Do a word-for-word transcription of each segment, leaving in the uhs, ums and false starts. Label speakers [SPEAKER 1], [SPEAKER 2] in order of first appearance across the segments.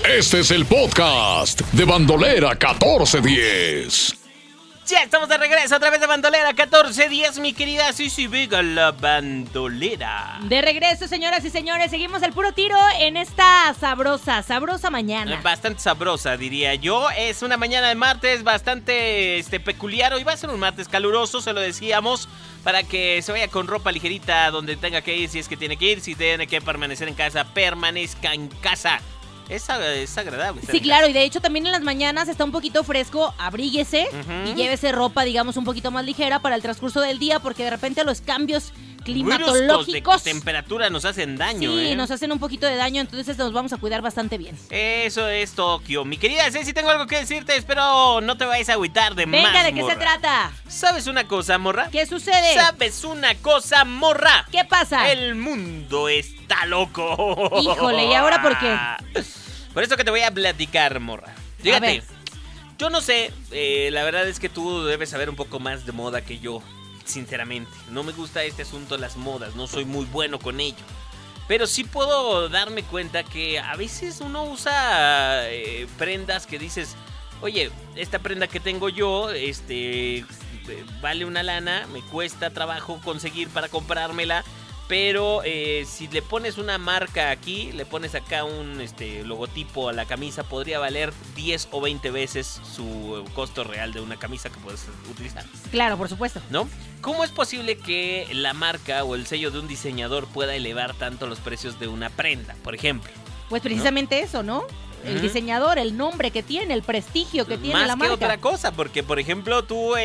[SPEAKER 1] Este es el podcast de Bandolera catorce diez.
[SPEAKER 2] Ya estamos de regreso a través de Bandolera catorce diez, mi querida Sisi Vega, la bandolera.
[SPEAKER 3] De regreso, señoras y señores, seguimos el puro tiro en esta sabrosa, sabrosa mañana.
[SPEAKER 2] Bastante sabrosa, diría yo. Es una mañana de martes bastante este, peculiar. Hoy va a ser un martes caluroso, se lo decíamos, para que se vaya con ropa ligerita donde tenga que ir, si es que tiene que ir. Si tiene que permanecer en casa, permanezca en casa. Es, es agradable.
[SPEAKER 3] Sí, claro, y de hecho también en las mañanas está un poquito fresco, abríguese uh-huh. y llévese ropa, digamos, un poquito más ligera para el transcurso del día, porque de repente los cambios climatológicos
[SPEAKER 2] de temperatura nos hacen daño.
[SPEAKER 3] Sí,
[SPEAKER 2] ¿eh?
[SPEAKER 3] nos hacen un poquito de daño, entonces nos vamos a cuidar bastante bien.
[SPEAKER 2] Eso es Tokio. Mi querida Ceci, tengo algo que decirte, espero no te vayas a agüitar de
[SPEAKER 3] Venga,
[SPEAKER 2] más,
[SPEAKER 3] ¿de qué
[SPEAKER 2] morra.
[SPEAKER 3] se trata?
[SPEAKER 2] ¿Sabes una cosa, morra?
[SPEAKER 3] ¿Qué sucede?
[SPEAKER 2] ¿Sabes una cosa, morra?
[SPEAKER 3] ¿Qué pasa?
[SPEAKER 2] El mundo está loco.
[SPEAKER 3] Híjole, ¿y ahora por qué?
[SPEAKER 2] Por eso que te voy a platicar, morra. Fíjate, yo no sé, eh, la verdad es que tú debes saber un poco más de moda que yo, sinceramente. No me gusta este asunto de las modas, no soy muy bueno con ello. Pero sí puedo darme cuenta que a veces uno usa eh, prendas que dices, oye, esta prenda que tengo yo, este, vale una lana, me cuesta trabajo conseguir para comprármela. Pero eh, si le pones una marca aquí, le pones acá un este, logotipo a la camisa, podría valer diez o veinte veces su costo real de una camisa que puedes utilizar.
[SPEAKER 3] Claro, por supuesto.
[SPEAKER 2] ¿No? ¿Cómo es posible que la marca o el sello de un diseñador pueda elevar tanto los precios de una prenda, por ejemplo?
[SPEAKER 3] Pues precisamente ¿no? eso, ¿no? El uh-huh. diseñador, el nombre que tiene, el prestigio que tiene
[SPEAKER 2] Más
[SPEAKER 3] la marca.
[SPEAKER 2] Más que otra cosa, porque por ejemplo tú,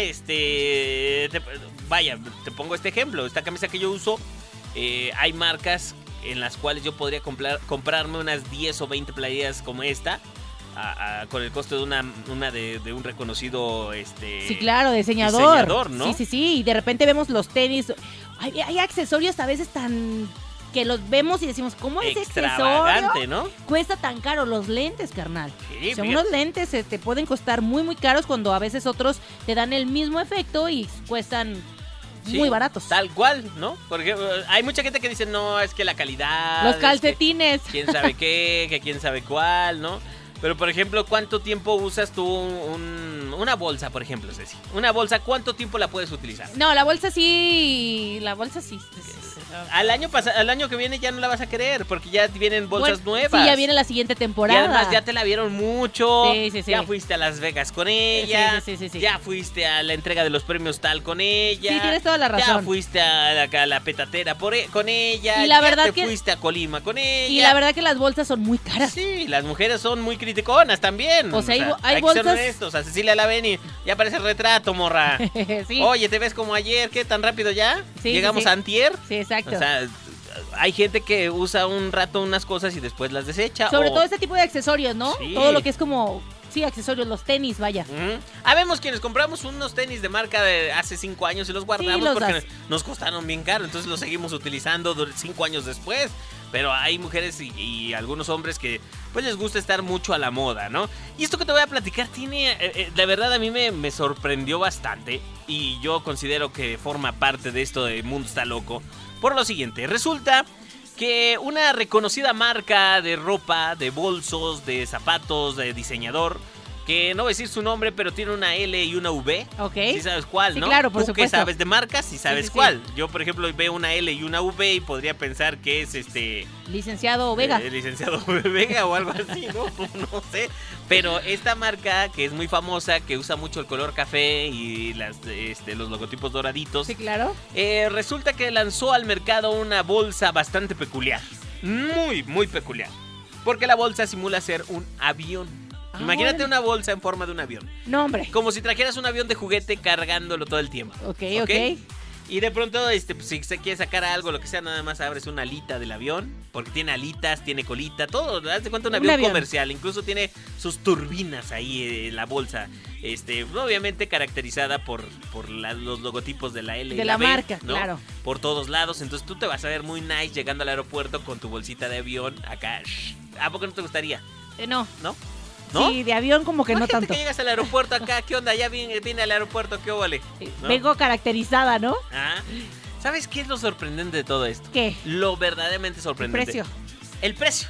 [SPEAKER 2] este, te, vaya, te pongo este ejemplo, esta camisa que yo uso. Eh, hay marcas en las cuales yo podría comprar, comprarme unas diez o veinte playeras como esta a, a, con el costo de una, una de, de un reconocido este,
[SPEAKER 3] sí, claro, diseñador.
[SPEAKER 2] diseñador, ¿no?
[SPEAKER 3] Sí, sí, sí, y de repente vemos los tenis. Hay, hay accesorios a veces tan... que los vemos y decimos, ¿cómo ese accesorio
[SPEAKER 2] ¿no?
[SPEAKER 3] cuesta tan caro? Los lentes, carnal.
[SPEAKER 2] Sí,
[SPEAKER 3] o sea, unos lentes eh, te pueden costar muy, muy caros cuando a veces otros te dan el mismo efecto y cuestan... Sí, muy baratos.
[SPEAKER 2] Tal cual, ¿no? Porque hay mucha gente que dice, no, es que la calidad...
[SPEAKER 3] Los calcetines.
[SPEAKER 2] Es que quién sabe qué, que quién sabe cuál, ¿no? Pero, por ejemplo, ¿cuánto tiempo usas tú un, una bolsa, por ejemplo, Ceci? Una bolsa, ¿cuánto tiempo la puedes utilizar?
[SPEAKER 3] No, la bolsa sí... La bolsa sí...
[SPEAKER 2] Al año pas- al año que viene ya no la vas a querer, porque ya vienen bolsas bueno, nuevas.
[SPEAKER 3] Sí, ya viene la siguiente temporada.
[SPEAKER 2] Y además ya te la vieron mucho.
[SPEAKER 3] Sí, sí, sí.
[SPEAKER 2] Ya fuiste a Las Vegas con ella.
[SPEAKER 3] Sí, sí, sí, sí, sí.
[SPEAKER 2] Ya fuiste a la entrega de los premios tal con ella.
[SPEAKER 3] Sí, tienes toda la razón.
[SPEAKER 2] Ya fuiste a la, a la petatera por e- con ella.
[SPEAKER 3] Y la
[SPEAKER 2] ya
[SPEAKER 3] verdad
[SPEAKER 2] te
[SPEAKER 3] que...
[SPEAKER 2] fuiste a Colima con ella.
[SPEAKER 3] Y la verdad que las bolsas son muy caras.
[SPEAKER 2] Sí, las mujeres son muy criticonas también.
[SPEAKER 3] O sea, hay,
[SPEAKER 2] o sea
[SPEAKER 3] hay,
[SPEAKER 2] hay
[SPEAKER 3] bolsas...
[SPEAKER 2] que ser honestos. A Cecilia la ven y ya parece el retrato, morra.
[SPEAKER 3] Sí.
[SPEAKER 2] Oye, ¿te ves como ayer? ¿Qué? ¿Tan rápido ya?
[SPEAKER 3] Sí,
[SPEAKER 2] ¿Llegamos
[SPEAKER 3] sí, sí.
[SPEAKER 2] a antier?
[SPEAKER 3] Sí, exacto.
[SPEAKER 2] O sea... Hay gente que usa un rato unas cosas y después las desecha.
[SPEAKER 3] Sobre
[SPEAKER 2] o...
[SPEAKER 3] todo este tipo de accesorios, ¿no?
[SPEAKER 2] Sí.
[SPEAKER 3] Todo lo que es como... Sí, accesorios, los tenis, vaya.
[SPEAKER 2] Uh-huh. Habemos quienes compramos unos tenis de marca de hace cinco años y los guardamos
[SPEAKER 3] sí, los
[SPEAKER 2] porque
[SPEAKER 3] das.
[SPEAKER 2] nos costaron bien caro. Entonces los seguimos utilizando cinco años después. Pero hay mujeres y, y algunos hombres que pues les gusta estar mucho a la moda, ¿no? Y esto que te voy a platicar tiene... Eh, eh, de verdad a mí me, me sorprendió bastante. Y yo considero que forma parte de esto de Mundo Está Loco. Por lo siguiente, resulta... que una reconocida marca de ropa, de bolsos, de zapatos, de diseñador, que no voy a decir su nombre, pero tiene una L y una V.
[SPEAKER 3] Ok.
[SPEAKER 2] Sí sabes cuál,
[SPEAKER 3] sí,
[SPEAKER 2] ¿no?
[SPEAKER 3] claro, por
[SPEAKER 2] Tú
[SPEAKER 3] supuesto.
[SPEAKER 2] que sabes de marcas, sí sabes
[SPEAKER 3] sí, sí,
[SPEAKER 2] cuál.
[SPEAKER 3] sí.
[SPEAKER 2] Yo, por ejemplo, veo una L y una V y podría pensar que es este...
[SPEAKER 3] Licenciado Vega.
[SPEAKER 2] Eh, licenciado Vega o algo así, ¿no? No sé. Pero esta marca, que es muy famosa, que usa mucho el color café y las, este, los logotipos doraditos.
[SPEAKER 3] Sí, claro.
[SPEAKER 2] Eh, resulta que lanzó al mercado una bolsa bastante peculiar. Muy, muy peculiar. Porque la bolsa simula ser un avión.
[SPEAKER 3] Ah,
[SPEAKER 2] Imagínate
[SPEAKER 3] bueno.
[SPEAKER 2] una bolsa en forma de un avión.
[SPEAKER 3] No, hombre.
[SPEAKER 2] Como si trajeras un avión de juguete cargándolo todo el tiempo.
[SPEAKER 3] Ok,
[SPEAKER 2] ¿Ok?
[SPEAKER 3] ok.
[SPEAKER 2] Y de pronto, este, pues, si se quiere sacar algo, lo que sea, nada más abres una alita del avión. Porque tiene alitas, tiene colita, todo. Haz de cuenta un,
[SPEAKER 3] Un
[SPEAKER 2] avión,
[SPEAKER 3] avión
[SPEAKER 2] comercial. Incluso tiene sus turbinas ahí en eh, la bolsa. Este, obviamente caracterizada por, por la, los logotipos de la L y
[SPEAKER 3] De
[SPEAKER 2] la,
[SPEAKER 3] la
[SPEAKER 2] B,
[SPEAKER 3] marca,
[SPEAKER 2] ¿no?
[SPEAKER 3] claro.
[SPEAKER 2] Por todos lados. Entonces tú te vas a ver muy nice llegando al aeropuerto con tu bolsita de avión acá. ¿A poco no te gustaría?
[SPEAKER 3] Eh, no.
[SPEAKER 2] ¿No? ¿No?
[SPEAKER 3] Sí, de avión como que no
[SPEAKER 2] Imagínate
[SPEAKER 3] tanto.
[SPEAKER 2] que llegas al aeropuerto acá, ¿qué onda? Ya vine, vine al aeropuerto, ¿qué óvole? ¿No?
[SPEAKER 3] Vengo caracterizada, ¿no?
[SPEAKER 2] Ah, ¿sabes qué es lo sorprendente de todo esto?
[SPEAKER 3] ¿Qué?
[SPEAKER 2] Lo verdaderamente
[SPEAKER 3] El
[SPEAKER 2] sorprendente.
[SPEAKER 3] precio.
[SPEAKER 2] El precio.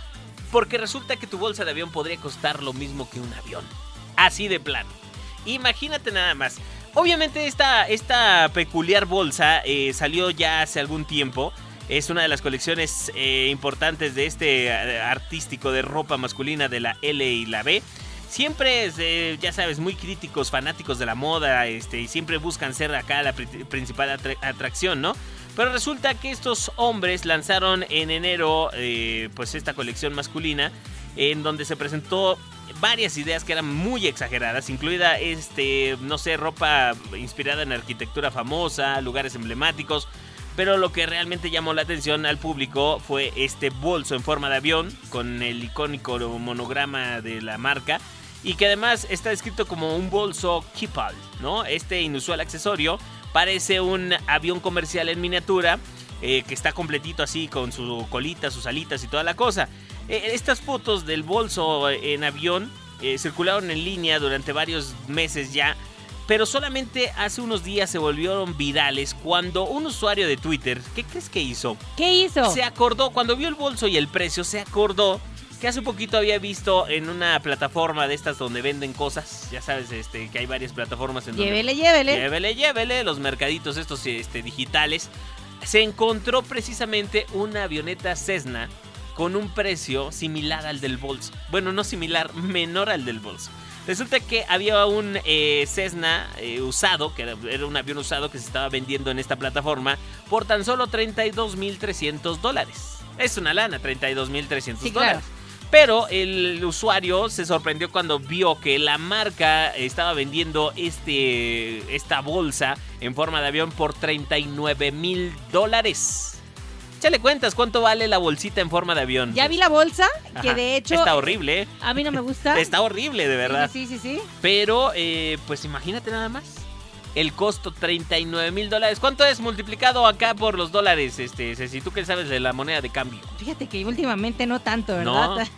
[SPEAKER 2] Porque resulta que tu bolsa de avión podría costar lo mismo que un avión. Así de plano. Imagínate nada más. Obviamente esta, esta peculiar bolsa eh, salió ya hace algún tiempo. Es una de las colecciones eh, importantes de este eh, artístico de ropa masculina de la L y la B. Siempre, es, eh, ya sabes, muy críticos, fanáticos de la moda, este, y siempre buscan ser acá la pr- principal atra- atracción, ¿no? Pero resulta que estos hombres lanzaron en enero eh, pues esta colección masculina, en donde se presentó varias ideas que eran muy exageradas, incluida, este, no sé, ropa inspirada en arquitectura famosa, lugares emblemáticos. Pero lo que realmente llamó la atención al público fue este bolso en forma de avión con el icónico monograma de la marca y que además está escrito como un bolso Kipal, ¿no? Este inusual accesorio parece un avión comercial en miniatura eh, que está completito así con su colita, sus alitas y toda la cosa. Eh, estas fotos del bolso en avión eh, circularon en línea durante varios meses ya. Pero solamente hace unos días se volvieron virales cuando un usuario de Twitter, ¿qué crees que hizo?
[SPEAKER 3] ¿Qué hizo?
[SPEAKER 2] Se acordó, cuando vio el bolso y el precio, se acordó que hace poquito había visto en una plataforma de estas donde venden cosas. Ya sabes, este, que hay varias plataformas en donde...
[SPEAKER 3] Llévele, llévele.
[SPEAKER 2] Llévele, llévele, los mercaditos estos este, digitales. Se encontró precisamente una avioneta Cessna con un precio similar al del bolso. Bueno, no similar, menor al del bolso. Resulta que había un eh, Cessna eh, usado, que era, era un avión usado que se estaba vendiendo en esta plataforma por tan solo treinta y dos mil trescientos dólares. Es una lana, treinta y dos mil trescientos
[SPEAKER 3] sí,
[SPEAKER 2] dólares.
[SPEAKER 3] Claro.
[SPEAKER 2] Pero el usuario se sorprendió cuando vio que la marca estaba vendiendo este, esta bolsa en forma de avión por treinta y nueve mil dólares. Échale cuentas, ¿cuánto vale la bolsita en forma de avión?
[SPEAKER 3] Ya vi la bolsa, que
[SPEAKER 2] Ajá.
[SPEAKER 3] de hecho...
[SPEAKER 2] Está horrible, ¿eh?
[SPEAKER 3] A mí no me gusta.
[SPEAKER 2] Está horrible, de verdad.
[SPEAKER 3] Sí, sí, sí, sí.
[SPEAKER 2] Pero, eh, pues imagínate nada más. El costo, treinta y nueve mil dólares. ¿Cuánto es multiplicado acá por los dólares? Este, Ceci, tú que sabes de la moneda de cambio.
[SPEAKER 3] Fíjate que últimamente no tanto, ¿verdad?
[SPEAKER 2] No.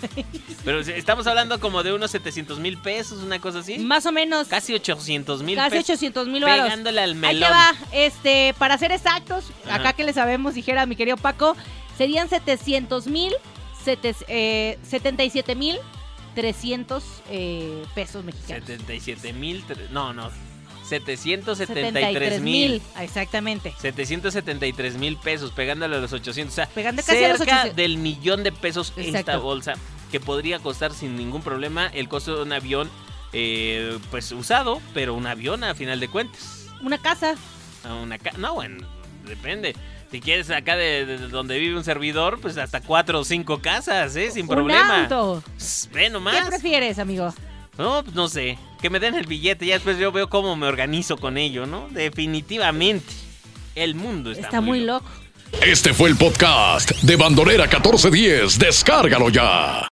[SPEAKER 2] Pero estamos hablando como de unos setecientos mil pesos, una cosa así.
[SPEAKER 3] Más o menos.
[SPEAKER 2] Casi ochocientos mil
[SPEAKER 3] Casi
[SPEAKER 2] pesos.
[SPEAKER 3] ochocientos mil varos.
[SPEAKER 2] Pegándole al
[SPEAKER 3] Ahí
[SPEAKER 2] melón.
[SPEAKER 3] te va, este, para ser exactos,
[SPEAKER 2] Ajá.
[SPEAKER 3] acá que le sabemos, dijera mi querido Paco, serían setecientos mil, setenta y siete mil trescientos eh, pesos mexicanos.
[SPEAKER 2] setenta y siete mil, no, no, setecientos setenta y tres mil.
[SPEAKER 3] Exactamente.
[SPEAKER 2] setecientos setenta y tres mil pesos, pegándole a los ochocientos. O sea,
[SPEAKER 3] Pegando casi
[SPEAKER 2] cerca
[SPEAKER 3] a los ochocientos.
[SPEAKER 2] del millón de pesos
[SPEAKER 3] Exacto.
[SPEAKER 2] esta bolsa, que podría costar sin ningún problema el costo de un avión, eh, pues usado, pero un avión a final de cuentas.
[SPEAKER 3] Una casa.
[SPEAKER 2] A una ca- no, bueno, depende. Si quieres acá de, de donde vive un servidor, pues hasta cuatro o cinco casas, ¿eh? Sin problema.
[SPEAKER 3] Un auto.
[SPEAKER 2] Ve nomás.
[SPEAKER 3] ¿Qué prefieres, amigo?
[SPEAKER 2] No, pues no sé. Que me den el billete, ya después yo veo cómo me organizo con ello, ¿no? Definitivamente. El mundo está,
[SPEAKER 3] Está muy loco.
[SPEAKER 1] Este fue el podcast de Bandolera catorce diez. Descárgalo ya.